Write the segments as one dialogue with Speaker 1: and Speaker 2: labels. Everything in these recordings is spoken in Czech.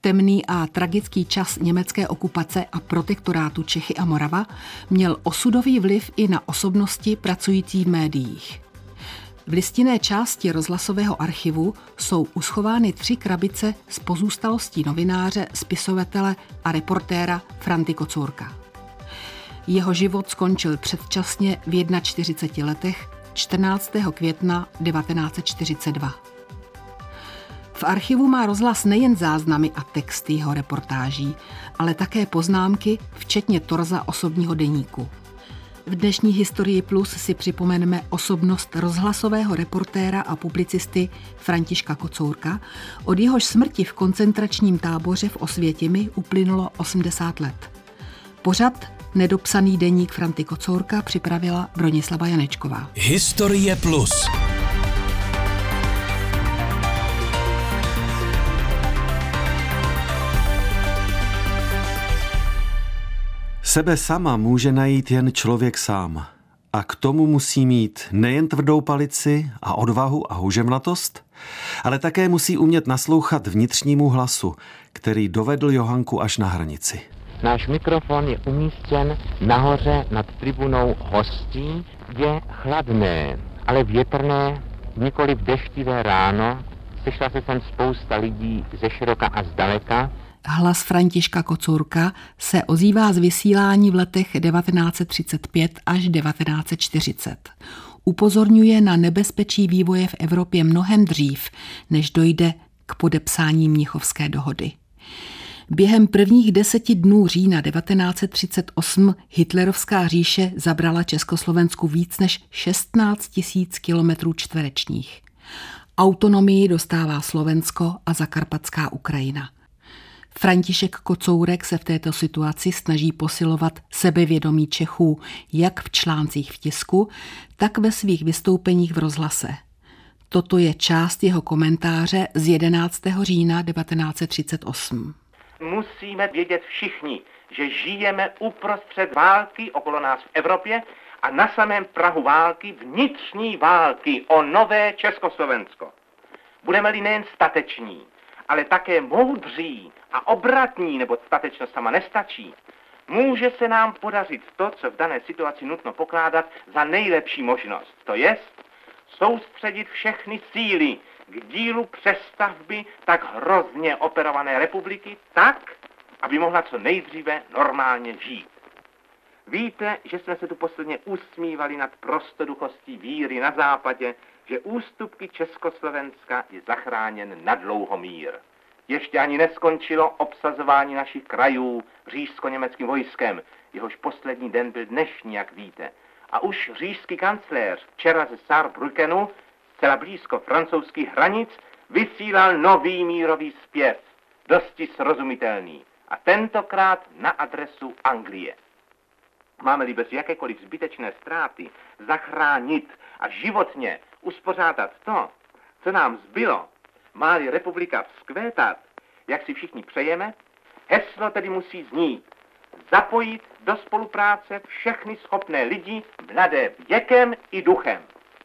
Speaker 1: Temný a tragický čas německé okupace a protektorátu Čechy a Morava měl osudový vliv i na osobnosti pracující v médiích. V listinné části rozhlasového archivu jsou uschovány 3 krabice s pozůstalostí novináře, spisovatele a reportéra Franty Kocourka. Jeho život skončil předčasně v 41 letech 14. května 1942. V archivu má rozhlas nejen záznamy a texty jeho reportáží, ale také poznámky, včetně torza osobního deníku. V dnešní Historii Plus si připomeneme osobnost rozhlasového reportéra a publicisty Františka Kocourka, od jehož smrti v koncentračním táboře v Osvětimi uplynulo 80 let. Pořad Nedopsaný deník Franty Kocourka připravila Bronislava Janečková.
Speaker 2: Historie Plus.
Speaker 3: Sebe sama může najít jen člověk sám. A k tomu musí mít nejen tvrdou palici a odvahu a houževnatost, ale také musí umět naslouchat vnitřnímu hlasu, který dovedl Johanku až na hranici.
Speaker 4: Náš mikrofon je umístěn nahoře nad tribunou hostí. Je chladné, ale větrné, nikoliv deštivé ráno. Sešla se sem spousta lidí ze široka a zdaleka.
Speaker 1: Hlas Františka Kocourka se ozývá z vysílání v letech 1935 až 1940. Upozorňuje na nebezpečí vývoje v Evropě mnohem dřív, než dojde k podepsání Mnichovské dohody. Během prvních 10 dnů října 1938 hitlerovská říše zabrala Československu víc než 16 000 kilometrů čtverečních. Autonomii dostává Slovensko a Zakarpatská Ukrajina. František Kocourek se v této situaci snaží posilovat sebevědomí Čechů jak v článcích v tisku, tak ve svých vystoupeních v rozhlase. Toto je část jeho komentáře z 11. října 1938.
Speaker 5: Musíme vědět všichni, že žijeme uprostřed války okolo nás v Evropě a na samém prahu války, vnitřní války o nové Československo. Budeme-li nejen stateční, ale také moudří a obratní, nebo statečnost sama nestačí, může se nám podařit to, co v dané situaci nutno pokládat za nejlepší možnost. To jest soustředit všechny síly k dílu přestavby tak hrozně operované republiky tak, aby mohla co nejdříve normálně žít. Víte, že jsme se tu posledně usmívali nad prostoduchostí víry na západě, že ústupky Československa je zachráněn na dlouho mír. Ještě ani neskončilo obsazování našich krajů říšsko-německým vojskem, jehož poslední den byl dnešní, jak víte. A už říšský kancléř včera ze Saarbrückenu, zcela blízko francouzských hranic, vysílal nový mírový zpěv, dosti srozumitelný, a tentokrát na adresu Anglie. Máme-li bez jakékoliv zbytečné ztráty zachránit a životně uspořádat to, co nám zbylo, má-li republika vzkvétat, jak si všichni přejeme, heslo tedy musí znít: zapojit do spolupráce všechny schopné lidi, mladé věkem i duchem.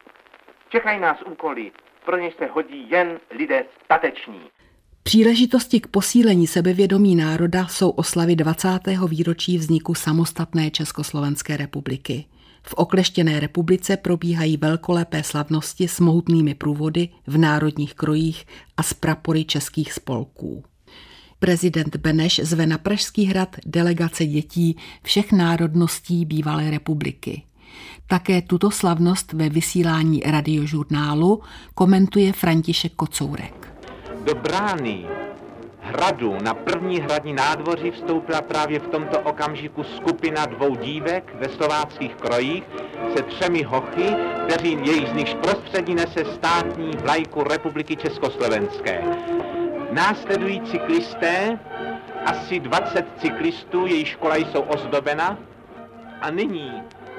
Speaker 5: Čekají nás úkoly, pro něž se hodí jen lidé stateční.
Speaker 1: Příležitosti k posílení sebevědomí národa jsou oslavy 20. výročí vzniku samostatné Československé republiky. V okleštěné republice probíhají velkolepé slavnosti s mohutnými průvody v národních krojích a s prapory českých spolků. Prezident Beneš zve na Pražský hrad delegace dětí všech národností bývalé republiky. Také tuto slavnost ve vysílání radiožurnálu komentuje František Kocourek.
Speaker 4: Do brány hradu na první hradní nádvoří vstoupila právě v tomto okamžiku skupina 2 dívek ve slováckých krojích se 3 hochy, jejich z nichž prostředí nese státní vlajku Republiky Československé. Následují cyklisté, asi 20 cyklistů, jejich kola jsou ozdobena, a nyní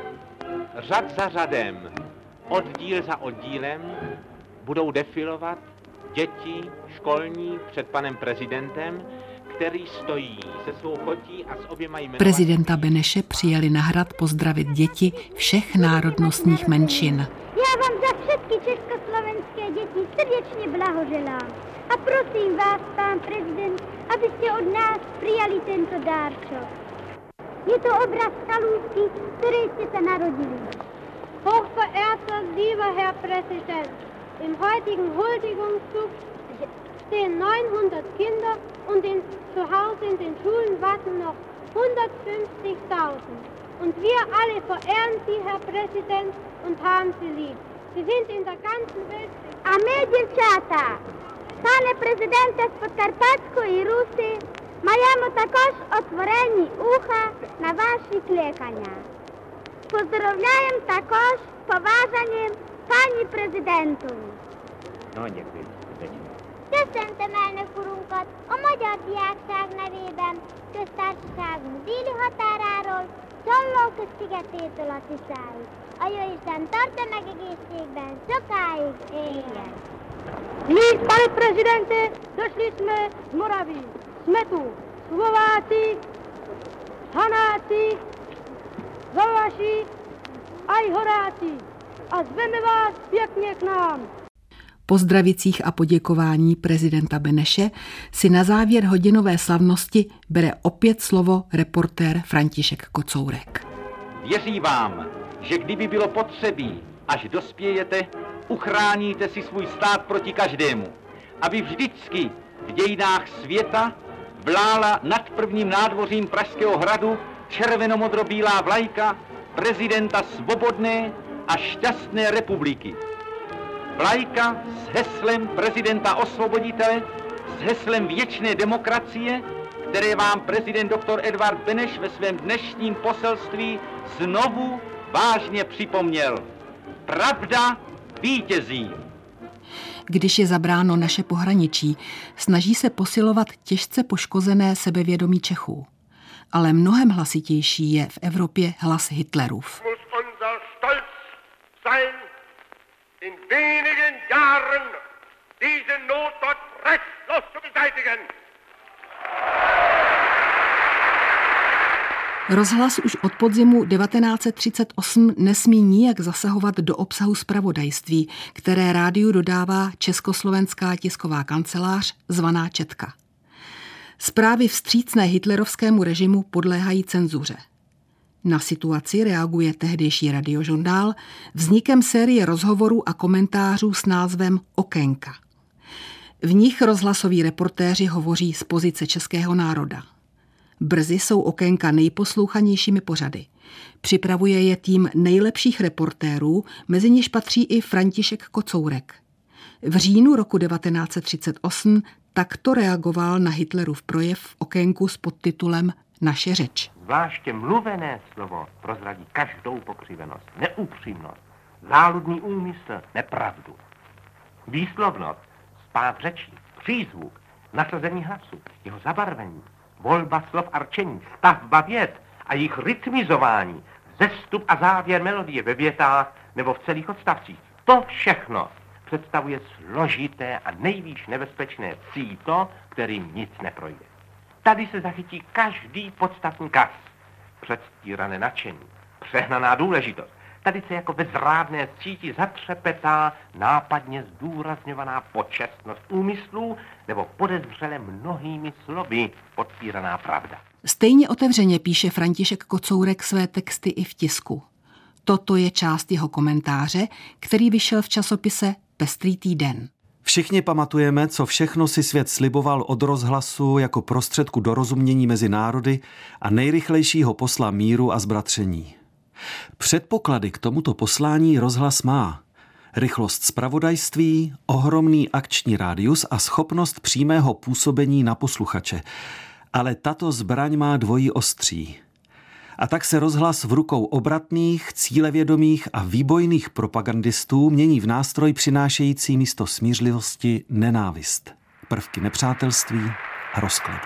Speaker 4: řad za řadem, oddíl za oddílem budou defilovat děti školní před panem prezidentem, který stojí se svou chotí a s oběma jmenovanými...
Speaker 1: Prezidenta Beneše přijeli na hrad pozdravit děti všech národnostních menšin.
Speaker 6: Já vám za všetky československé děti srdečně blahoželám.
Speaker 2: A prosím vás, pán prezident, abyste od nás přijali tento dárčok. Je to obraz Kalouský, který jste se narodili.
Speaker 6: Hochverehrter, lieber Herr Präsident, im heutigen Huldigungszug stehen 900 Kinder und zu Hause in den Schulen warten noch 150.000. Und wir alle verehren Sie, Herr Präsident, und haben Sie lieb. Sie sind in der ganzen Welt...
Speaker 2: A my, дівчата, пане президенте з Подкарпатської Руси, маємо також отворені уха на ваші кликання. Поздоровляємо також поважанням пані президенту.
Speaker 5: Nagyon
Speaker 2: Köszöntöm elnök urunkat a magyar diákság nevében, köztársaságunk déli határáról, Csallóköz-szigetétől a Tiszáig. A Jóisten tartja meg egészségben, sokáig éljen!
Speaker 6: My, pane prezidente, došli jsme z Moravy. Jsme tu Slováci, Hanáci, Zalaši a i Horáci. A zveme vás pěkně k nám.
Speaker 1: Po zdravicích a poděkování prezidenta Beneše si na závěr hodinové slavnosti bere opět slovo reportér František Kocourek.
Speaker 4: Věří vám, že kdyby bylo potřebí, až dospějete, uchráníte si svůj stát proti každému, aby vždycky v dějinách světa vlála nad prvním nádvořím Pražského hradu červenomodrobílá vlajka prezidenta svobodné a šťastné republiky. Vlajka s heslem prezidenta osvoboditele, s heslem věčné demokracie, které vám prezident dr. Edvard Beneš ve svém dnešním poselství znovu vážně připomněl. Pravda vítězí.
Speaker 1: Když je zabráno naše pohraničí, snaží se posilovat těžce poškozené sebevědomí Čechů. Ale mnohem hlasitější je v Evropě hlas Hitlerův.
Speaker 7: In wenigen Jahren diese Not dort restlos zu beseitigen.
Speaker 1: Rozhlas už od podzimu 1938 nesmí nijak zasahovat do obsahu zpravodajství, které rádiu dodává Československá tisková kancelář zvaná Četka. Zprávy vstřícné hitlerovskému režimu podléhají cenzuře. Na situaci reaguje tehdejší radiožurnál vznikem série rozhovorů a komentářů s názvem Okénka. V nich rozhlasoví reportéři hovoří z pozice českého národa. Brzy jsou Okénka nejposlouchanějšími pořady. Připravuje je tým nejlepších reportérů, mezi něž patří i František Kocourek. V říjnu roku 1938 takto reagoval na Hitlerův projev v Okénku s podtitulem Naše řeč.
Speaker 5: Zvláště mluvené slovo prozradí každou pokřivenost, neupřímnost, záludný úmysl, nepravdu. Výslovnost, spád řečí, přízvuk, nasazení hlasu, jeho zabarvení, volba slov a rčení, stavba vět a jejich rytmizování, zestup a závěr melodie ve větách nebo v celých odstavcích. To všechno představuje složité a nejvíc nebezpečné síto, kterým nic neprojde. Tady se zachytí každý podstatný kas, předstírané nadšení, přehnaná důležitost. Tady se jako ve zrádné síti zatřepetá nápadně zdůrazňovaná počestnost úmyslů nebo podezřele mnohými slovy podpíraná pravda.
Speaker 1: Stejně otevřeně píše František Kocourek své texty i v tisku. Toto je část jeho komentáře, který vyšel v časopise Pestrý týden.
Speaker 3: Všichni pamatujeme, co všechno si svět sliboval od rozhlasu jako prostředku dorozumění mezi národy a nejrychlejšího posla míru a zbratření. Předpoklady k tomuto poslání rozhlas má. Rychlost zpravodajství, ohromný akční rádius a schopnost přímého působení na posluchače. Ale tato zbraň má dvojí ostří. A tak se rozhlas v rukou obratných, cílevědomých a výbojných propagandistů mění v nástroj přinášející místo smířlivosti nenávist, prvky nepřátelství a rozkladu.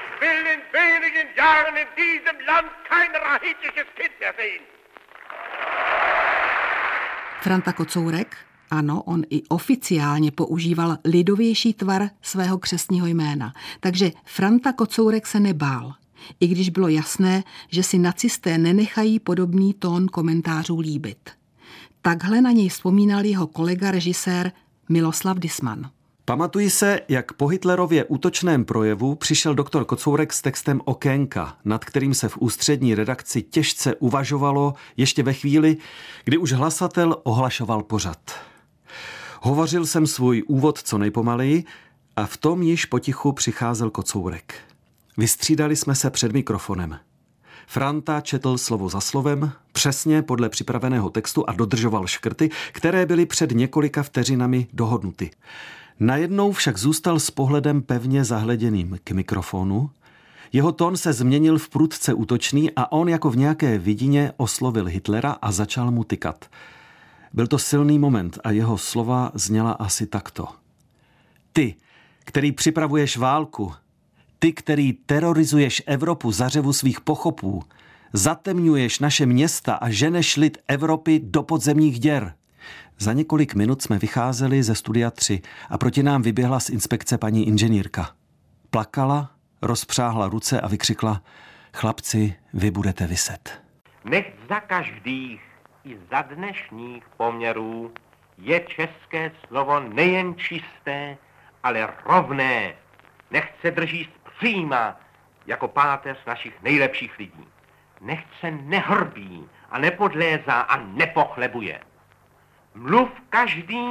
Speaker 3: Franta Kocourek, ano, on i oficiálně používal lidovější tvar svého křestního jména, takže Franta Kocourek se nebál. I když bylo jasné, že si nacisté nenechají podobný tón komentářů líbit. Takhle na něj vzpomínal jeho kolega režisér Miloslav Disman. Pamatuji se, jak po Hitlerově útočném projevu přišel doktor Kocourek s textem Okénka, nad kterým se v ústřední redakci těžce uvažovalo ještě ve chvíli, kdy už hlasatel ohlašoval pořad. Hovořil jsem svůj úvod co nejpomaleji a v tom již potichu přicházel Kocourek. Vystřídali jsme se před mikrofonem. Franta četl slovo za slovem, přesně podle připraveného textu a dodržoval škrty, které byly před několika vteřinami dohodnuty. Najednou však zůstal s pohledem pevně zahleděným k mikrofonu. Jeho tón se změnil v prudce útočný a on jako v nějaké vidině oslovil Hitlera a začal mu tykat. Byl to silný moment a jeho slova zněla asi takto. Ty, který připravuješ válku, ty, který terorizuješ Evropu za řevu svých pochopů, zatemňuješ naše města a ženeš lid Evropy do podzemních děr. Za několik minut jsme vycházeli ze studia 3 a proti nám vyběhla z inspekce paní inženýrka. Plakala, rozpřáhla ruce a vykřikla: chlapci, vy budete viset.
Speaker 5: Nech za každých i za dnešních poměrů je české slovo nejen čisté, ale rovné. Nech se drží zpříma jako páteř našich nejlepších lidí. Nech se nehrbí a nepodlézá a nepochlebuje. Mluv každý,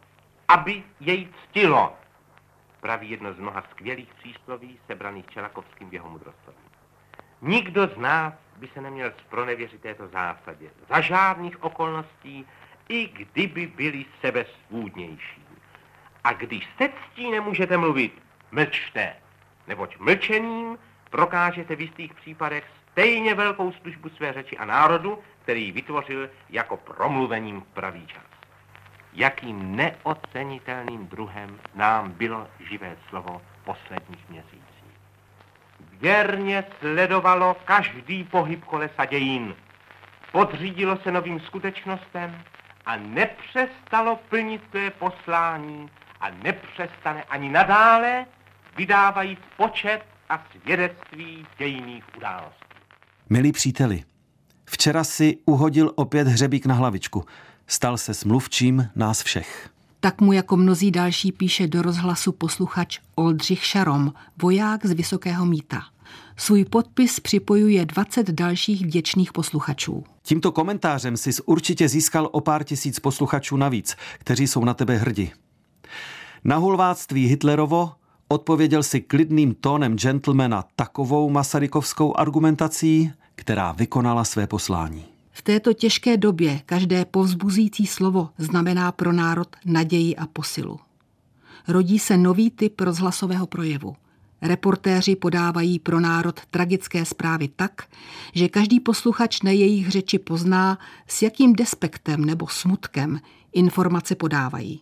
Speaker 5: aby jej ctilo, praví jedno z mnoha skvělých přísloví sebraných Čelakovským v jeho mudrostoví. Nikdo z nás by se neměl zpronevěřit této zásadě za žádných okolností, i kdyby byli sebesvůdnější. A když se ctí nemůžete mluvit, mlčte, neboť mlčením prokážete v jistých případech stejně velkou službu své řeči a národu, který ji vytvořil jako promluvením v pravý čas. Jakým neocenitelným druhem nám bylo živé slovo v posledních měsících. Věrně sledovalo každý pohyb kolesa dějin, podřídilo se novým skutečnostem a nepřestalo plnit své poslání a nepřestane ani nadále vydávajíc počet a svědectví dějinných událostí.
Speaker 3: Milí příteli, včera si uhodil opět hřebík na hlavičku. Stal se smluvčím nás všech.
Speaker 1: Tak mu jako mnozí další píše do rozhlasu posluchač Oldřich Šarom, voják z Vysokého Mýta. Svůj podpis připojuje 20 dalších vděčných posluchačů.
Speaker 3: Tímto komentářem jsi určitě získal o pár tisíc posluchačů navíc, kteří jsou na tebe hrdi. Na hulváctví Hitlerovo odpověděl si klidným tónem gentlemana takovou masarykovskou argumentací, která vykonala své poslání.
Speaker 1: V této těžké době každé povzbuzující slovo znamená pro národ naději a posilu. Rodí se nový typ rozhlasového projevu. Reportéři podávají pro národ tragické zprávy tak, že každý posluchač na jejich řeči pozná, s jakým despektem nebo smutkem informace podávají.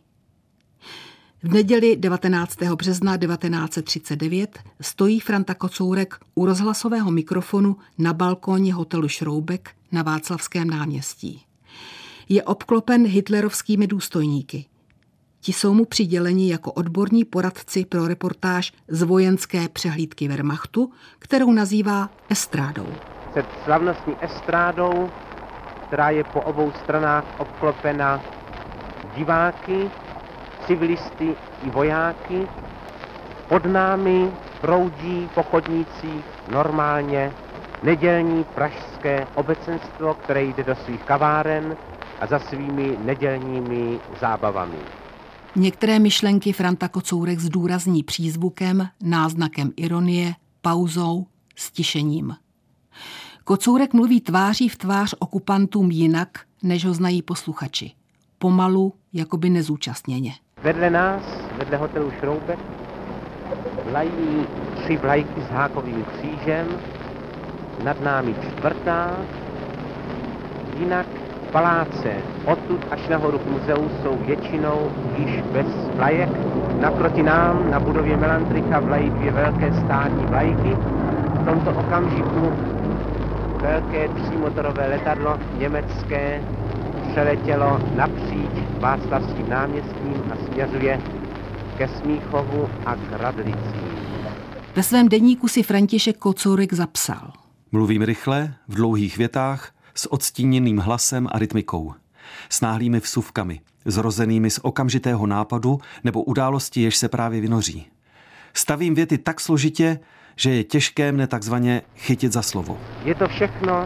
Speaker 1: V neděli 19. března 1939 stojí Franta Kocourek u rozhlasového mikrofonu na balkóně hotelu Šroubek na Václavském náměstí. Je obklopen hitlerovskými důstojníky. Ti jsou mu přiděleni jako odborní poradci pro reportáž z vojenské přehlídky Wehrmachtu, kterou nazývá estrádou.
Speaker 5: Před slavnostní estrádou, která je po obou stranách obklopena diváky, civilisty i vojáky, pod námi proudí po chodnících normálně nedělní pražské obecenstvo, které jde do svých kaváren a za svými nedělními zábavami.
Speaker 1: Některé myšlenky Franta Kocourek zdůrazní přízvukem, náznakem ironie, pauzou, stišením. Kocourek mluví tváří v tvář okupantům jinak, než ho znají posluchači. Pomalu, jakoby nezúčastněně.
Speaker 5: Vedle nás, vedle hotelu Šroubek, vlají 3 vlajky s hákovým křížem, nad námi 4. Jinak paláce odtud až nahoru k muzeu jsou většinou již bez vlajek. Naproti nám na budově Melantricha vlají 2 velké státní vlajky. V tomto okamžiku velké 3motorové letadlo německé přeletělo napříč Václavským náměstím a směřuje ke Smíchovu a k Radlicím.
Speaker 1: Ve svém deníku si František Kocourek zapsal:
Speaker 3: Mluvím rychle, v dlouhých větách, s odstíněným hlasem a rytmikou, s náhlými vsuvkami. zrozenými z okamžitého nápadu nebo události, jež se právě vynoří. Stavím věty tak složitě, že je těžké mne takzvaně chytit za slovo.
Speaker 5: Je to všechno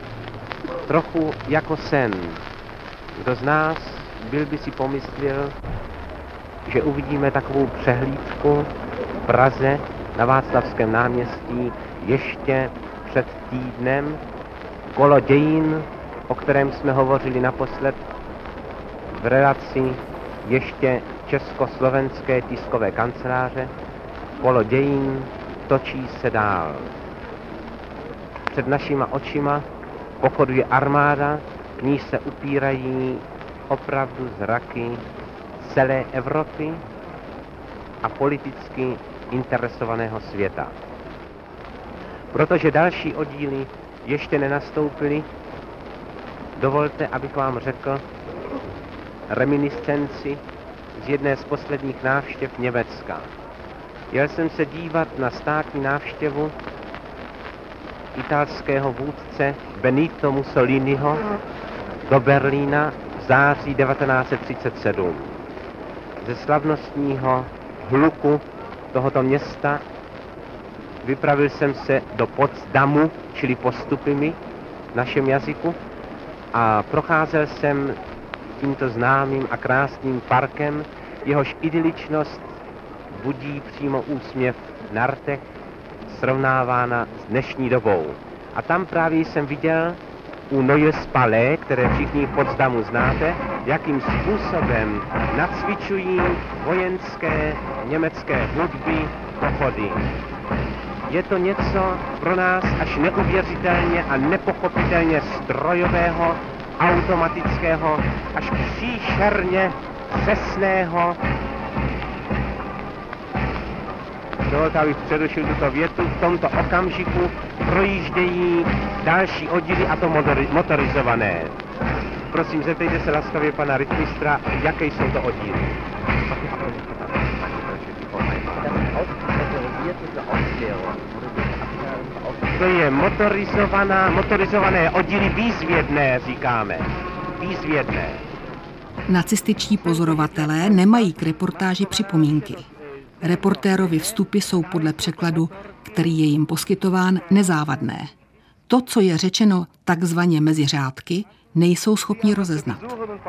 Speaker 5: trochu jako sen. Kdo z nás by si pomyslel, že uvidíme takovou přehlídku v Praze na Václavském náměstí ještě před týdnem, kolo dějin, o kterém jsme hovořili naposled v relaci ještě Československé tiskové kanceláře. Kolo dějin točí se dál. Před našima očima pochoduje armáda, k ní se upírají opravdu zraky celé Evropy a politicky interesovaného světa. Protože další oddíly ještě nenastoupily, dovolte, abych vám řekl reminiscenci z jedné z posledních návštěv Německa. Jel jsem se dívat na státní návštěvu italského vůdce Benito Mussoliniho do Berlína v září 1937. Ze slavnostního hluku tohoto města vypravil jsem se do Potsdamu, čili Postupimi v našem jazyku, a procházel jsem tímto známým a krásným parkem, jehož idyličnost budí přímo úsměv na rtech, srovnávána s dnešní dobou. A tam právě jsem viděl u Neues Palais, které všichni v Potsdamu znáte, jakým způsobem nacvičují vojenské německé hudby pochody. Je to něco pro nás až neuvěřitelně a nepochopitelně strojového, automatického, až příšerně přesného. Dovolte, abych přerušil tuto větu. V tomto okamžiku projíždějí další oddíly, a to motorizované. Prosím, zeptejte se laskavě pana rytmistra, jaké jsou to oddíly. To je motorizované oddíly výzvědné, říkáme. Výzvědné.
Speaker 1: Nacističtí pozorovatelé nemají k reportáži připomínky. Reportérovi vstupy jsou podle překladu, který je jim poskytován, nezávadné. To, co je řečeno takzvaně mezi řádky, nejsou schopni rozeznat.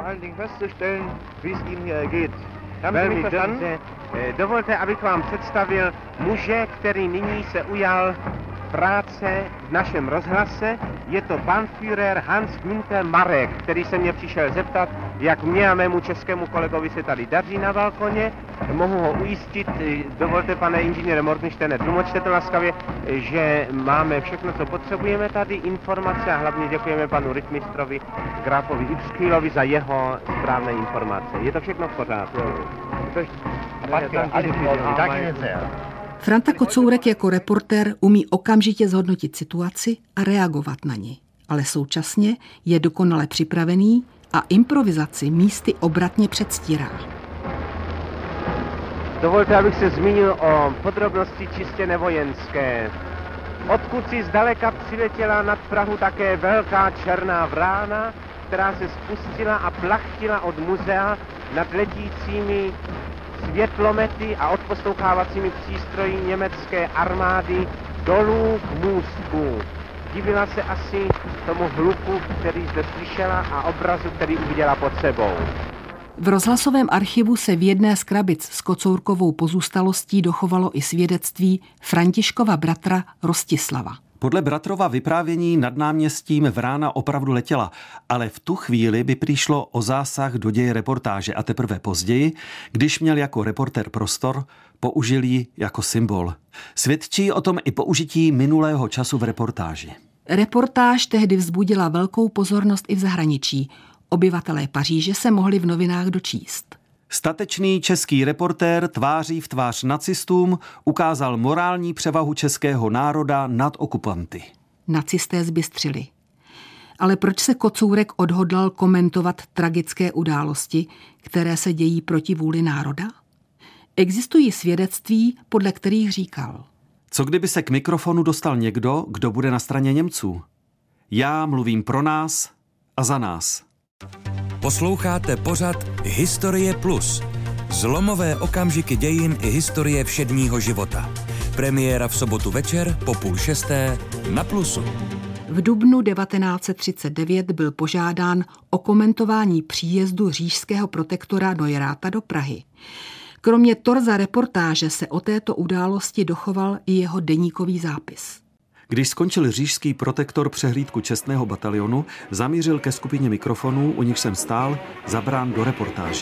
Speaker 5: Velmi dobře. Dovolte, abych vám představil muže, který nyní se ujal práce v našem rozhlase. Je to pan Führer Hans Günther Marek, který se mě přišel zeptat, jak mě a mému českému kolegovi se tady daří na balkoně. Mohu ho ujistit, dovolte, pane inženýre Morgensterne, tlumočte to laskavě, že máme všechno, co potřebujeme tady, informace, a hlavně děkujeme panu rytmistrovi Grafovi Ipskýlovi za jeho správné informace. Je to všechno v pořádku.
Speaker 1: Franta Kocourek jako reportér umí okamžitě zhodnotit situaci a reagovat na ni, ale současně je dokonale připravený a improvizaci místy obratně předstírá.
Speaker 5: Dovolte, abych se zmínil o podrobnosti čistě nevojenské. Odkud si zdaleka přiletěla nad Prahu také velká černá vrána, která se spustila a plachtila od muzea nad letícími světlomety a odposlouchávacími přístroji německé armády dolů k můstku. Divila se asi tomu hluku, který zde slyšela, a obrazu, který uviděla pod sebou.
Speaker 1: V rozhlasovém archivu se v jedné z krabic s Kocourkovou pozůstalostí dochovalo i svědectví Františkova bratra Rostislava.
Speaker 3: Podle bratrova vyprávění nad náměstím vrána opravdu letěla, ale v tu chvíli by přišlo o zásah do děje reportáže a teprve později, když měl jako reportér prostor, použil ji jako symbol. Svědčí o tom i použití minulého času v reportáži.
Speaker 1: Reportáž tehdy vzbudila velkou pozornost i v zahraničí. Obyvatelé Paříže se mohli v novinách dočíst.
Speaker 3: Statečný český reportér tváří v tvář nacistům ukázal morální převahu českého národa nad okupanty.
Speaker 1: Nacisté zbystřili. Ale proč se Kocourek odhodlal komentovat tragické události, které se dějí proti vůli národa? Existují svědectví, podle kterých říkal:
Speaker 3: Co kdyby se k mikrofonu dostal někdo, kdo bude na straně Němců? Já mluvím pro nás a za nás.
Speaker 8: Posloucháte pořad Historie Plus. Zlomové okamžiky dějin i historie všedního života. Premiéra v sobotu večer po 5:30 na Plusu.
Speaker 1: V dubnu 1939 byl požádán o komentování příjezdu říšského protektora Neurata do Prahy. Kromě torza reportáže se o této události dochoval i jeho deníkový zápis.
Speaker 3: Když skončil říšský protektor přehlídku čestného batalionu, zamířil ke skupině mikrofonů, u nich jsem stál, zabrán do reportáže.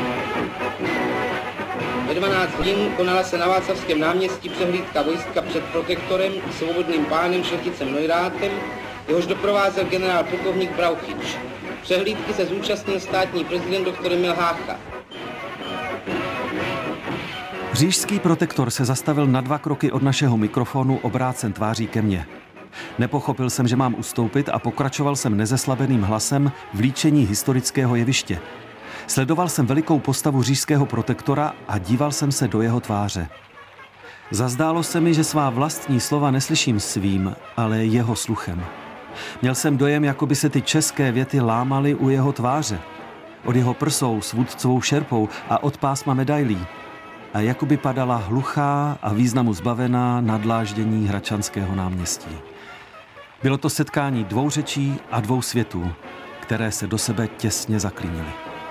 Speaker 9: Ve 12 hodin konala se na Václavském náměstí přehlídka vojska před protektorem, svobodným pánem šlechticem Neurátem, jehož doprovázel generál plukovník Brauchyč. Přehlídky se zúčastnil státní prezident dr. Emil Hácha.
Speaker 3: Říšský protektor se zastavil na 2 kroky od našeho mikrofonu, obrácen tváří ke mně. Nepochopil jsem, že mám ustoupit, a pokračoval jsem nezeslabeným hlasem v líčení historického jeviště. Sledoval jsem velikou postavu říšského protektora a díval jsem se do jeho tváře. Zazdálo se mi, že svá vlastní slova neslyším svým, ale jeho sluchem. Měl jsem dojem, jako by se ty české věty lámaly u jeho tváře. Od jeho prsou s vůdcovou šerpou a od pásma medailí. A jakoby padala hluchá a významu zbavená nadláždění Hradčanského náměstí. Bylo to setkání 2 řečí a 2 světů, které se do sebe těsně zaklínily.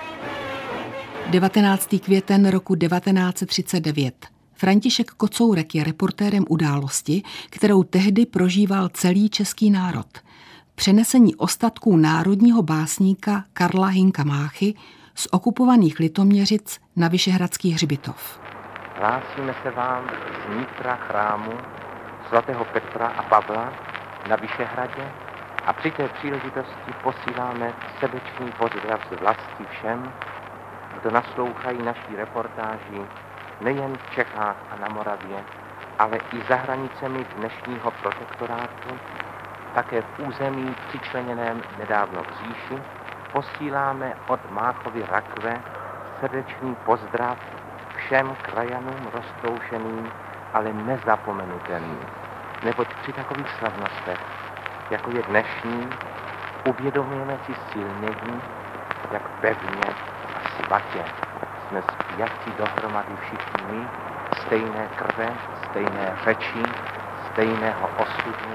Speaker 1: 19. květen roku 1939. František Kocourek je reportérem události, kterou tehdy prožíval celý český národ. Přenesení ostatků národního básníka Karla Hynka Máchy z okupovaných Litoměřic na Vyšehradský hřbitov.
Speaker 5: Hlásíme se vám z nitra chrámu svatého Petra a Pavla na Vyšehradě a při té příležitosti posíláme srdečný pozdrav z vlasti všem, kdo naslouchají naší reportáži nejen v Čechách a na Moravě, ale i za hranicemi dnešního protektorátu, také v území přičleněném nedávno k říši, posíláme od Máchovy rakve srdečný pozdrav všem krajanům roztroušeným, ale nezapomenutelným. Neboť při takových slavnostech, jako je dnešní, uvědomujeme si silněji, jak pevně a svatě jsme spjati dohromady všichni my, stejné krve, stejné řeči, stejného osudu.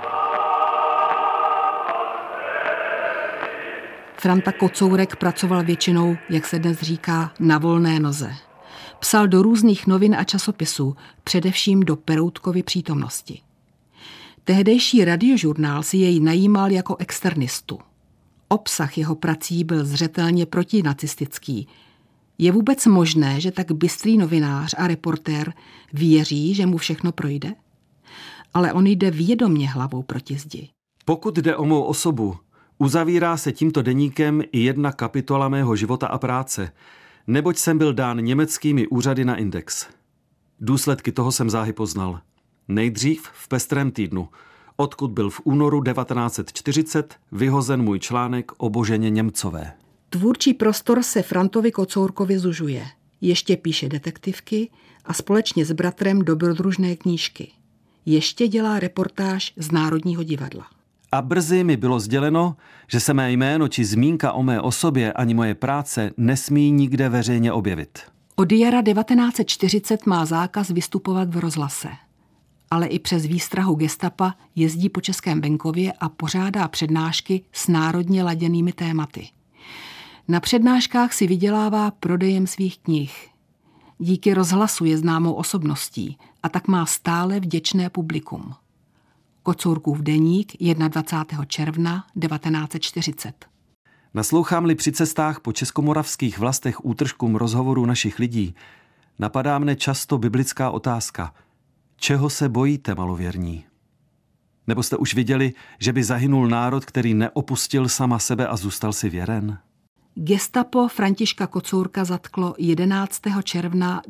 Speaker 1: Franta Kocourek pracoval většinou, jak se dnes říká, na volné noze. Psal do různých novin a časopisů, především do Peroutkovy přítomnosti. Tehdejší radiožurnál si jej najímal jako externistu. Obsah jeho prací byl zřetelně protinacistický. Je vůbec možné, že tak bystrý novinář a reportér věří, že mu všechno projde? Ale on jde vědomě hlavou proti zdi.
Speaker 3: Pokud jde o mou osobu, uzavírá se tímto deníkem i jedna kapitola mého života a práce, neboť jsem byl dán německými úřady na index. Důsledky toho jsem záhy poznal. Nejdřív v Pestrém týdnu, odkud byl v únoru 1940 vyhozen můj článek o Boženě Němcové.
Speaker 1: Tvůrčí prostor se Frantovi Kocourkovi zužuje. Ještě píše detektivky a společně s bratrem dobrodružné knížky. Ještě dělá reportáž z Národního divadla.
Speaker 3: A brzy mi bylo sděleno, že se mé jméno či zmínka o mé osobě ani moje práce nesmí nikde veřejně objevit.
Speaker 1: Od jara 1940 má zákaz vystupovat v rozhlase. Ale i přes výstrahu gestapa jezdí po českém venkově a pořádá přednášky s národně laděnými tématy. Na přednáškách si vydělává prodejem svých knih. Díky rozhlasu je známou osobností a tak má stále vděčné publikum. Kocourkův deník 21. června 1940.
Speaker 3: Naslouchám-li při cestách po českomoravských vlastech útržkům rozhovorů našich lidí, napadá mne často biblická otázka. Čeho se bojíte, malověrní? Nebo jste už viděli, že by zahynul národ, který neopustil sama sebe a zůstal si věren?
Speaker 1: Gestapo Františka Kocourka zatklo 11. června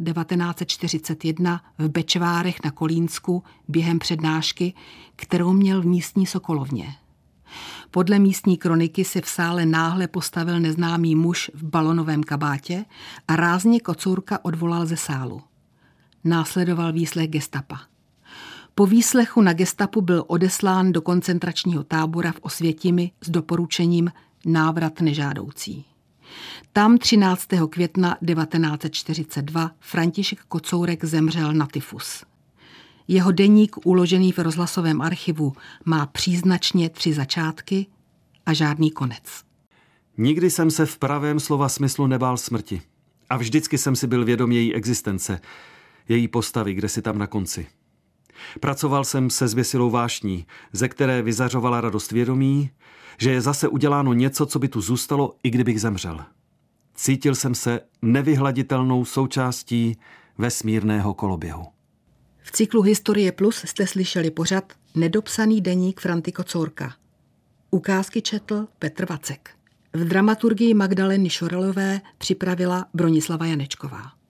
Speaker 1: 1941 v Bečvárech na Kolínsku během přednášky, kterou měl v místní Sokolovně. Podle místní kroniky se v sále náhle postavil neznámý muž v balonovém kabátě a rázně Kocourka odvolal ze sálu. Následoval výslech gestapa. Po výslechu na gestapu byl odeslán do koncentračního tábora v Osvětimi s doporučením návrat nežádoucí. Tam 13. května 1942 František Kocourek zemřel na tyfus. Jeho deník, uložený v rozhlasovém archivu, má příznačně 3 začátky a žádný konec.
Speaker 3: Nikdy jsem se v pravém slova smyslu nebál smrti. A vždycky jsem si byl vědom její existence, její postavy, kde si tam na konci. Pracoval jsem se zběsilou vášní, ze které vyzařovala radost vědomí, že je zase uděláno něco, co by tu zůstalo, i kdybych zemřel. Cítil jsem se nevyhladitelnou součástí vesmírného koloběhu.
Speaker 1: V cyklu Historie Plus jste slyšeli pořad Nedopsaný deník Franty Kocourka. Ukázky četl Petr Vacek. V dramaturgii Magdaleny Šorelové připravila Bronislava Janečková.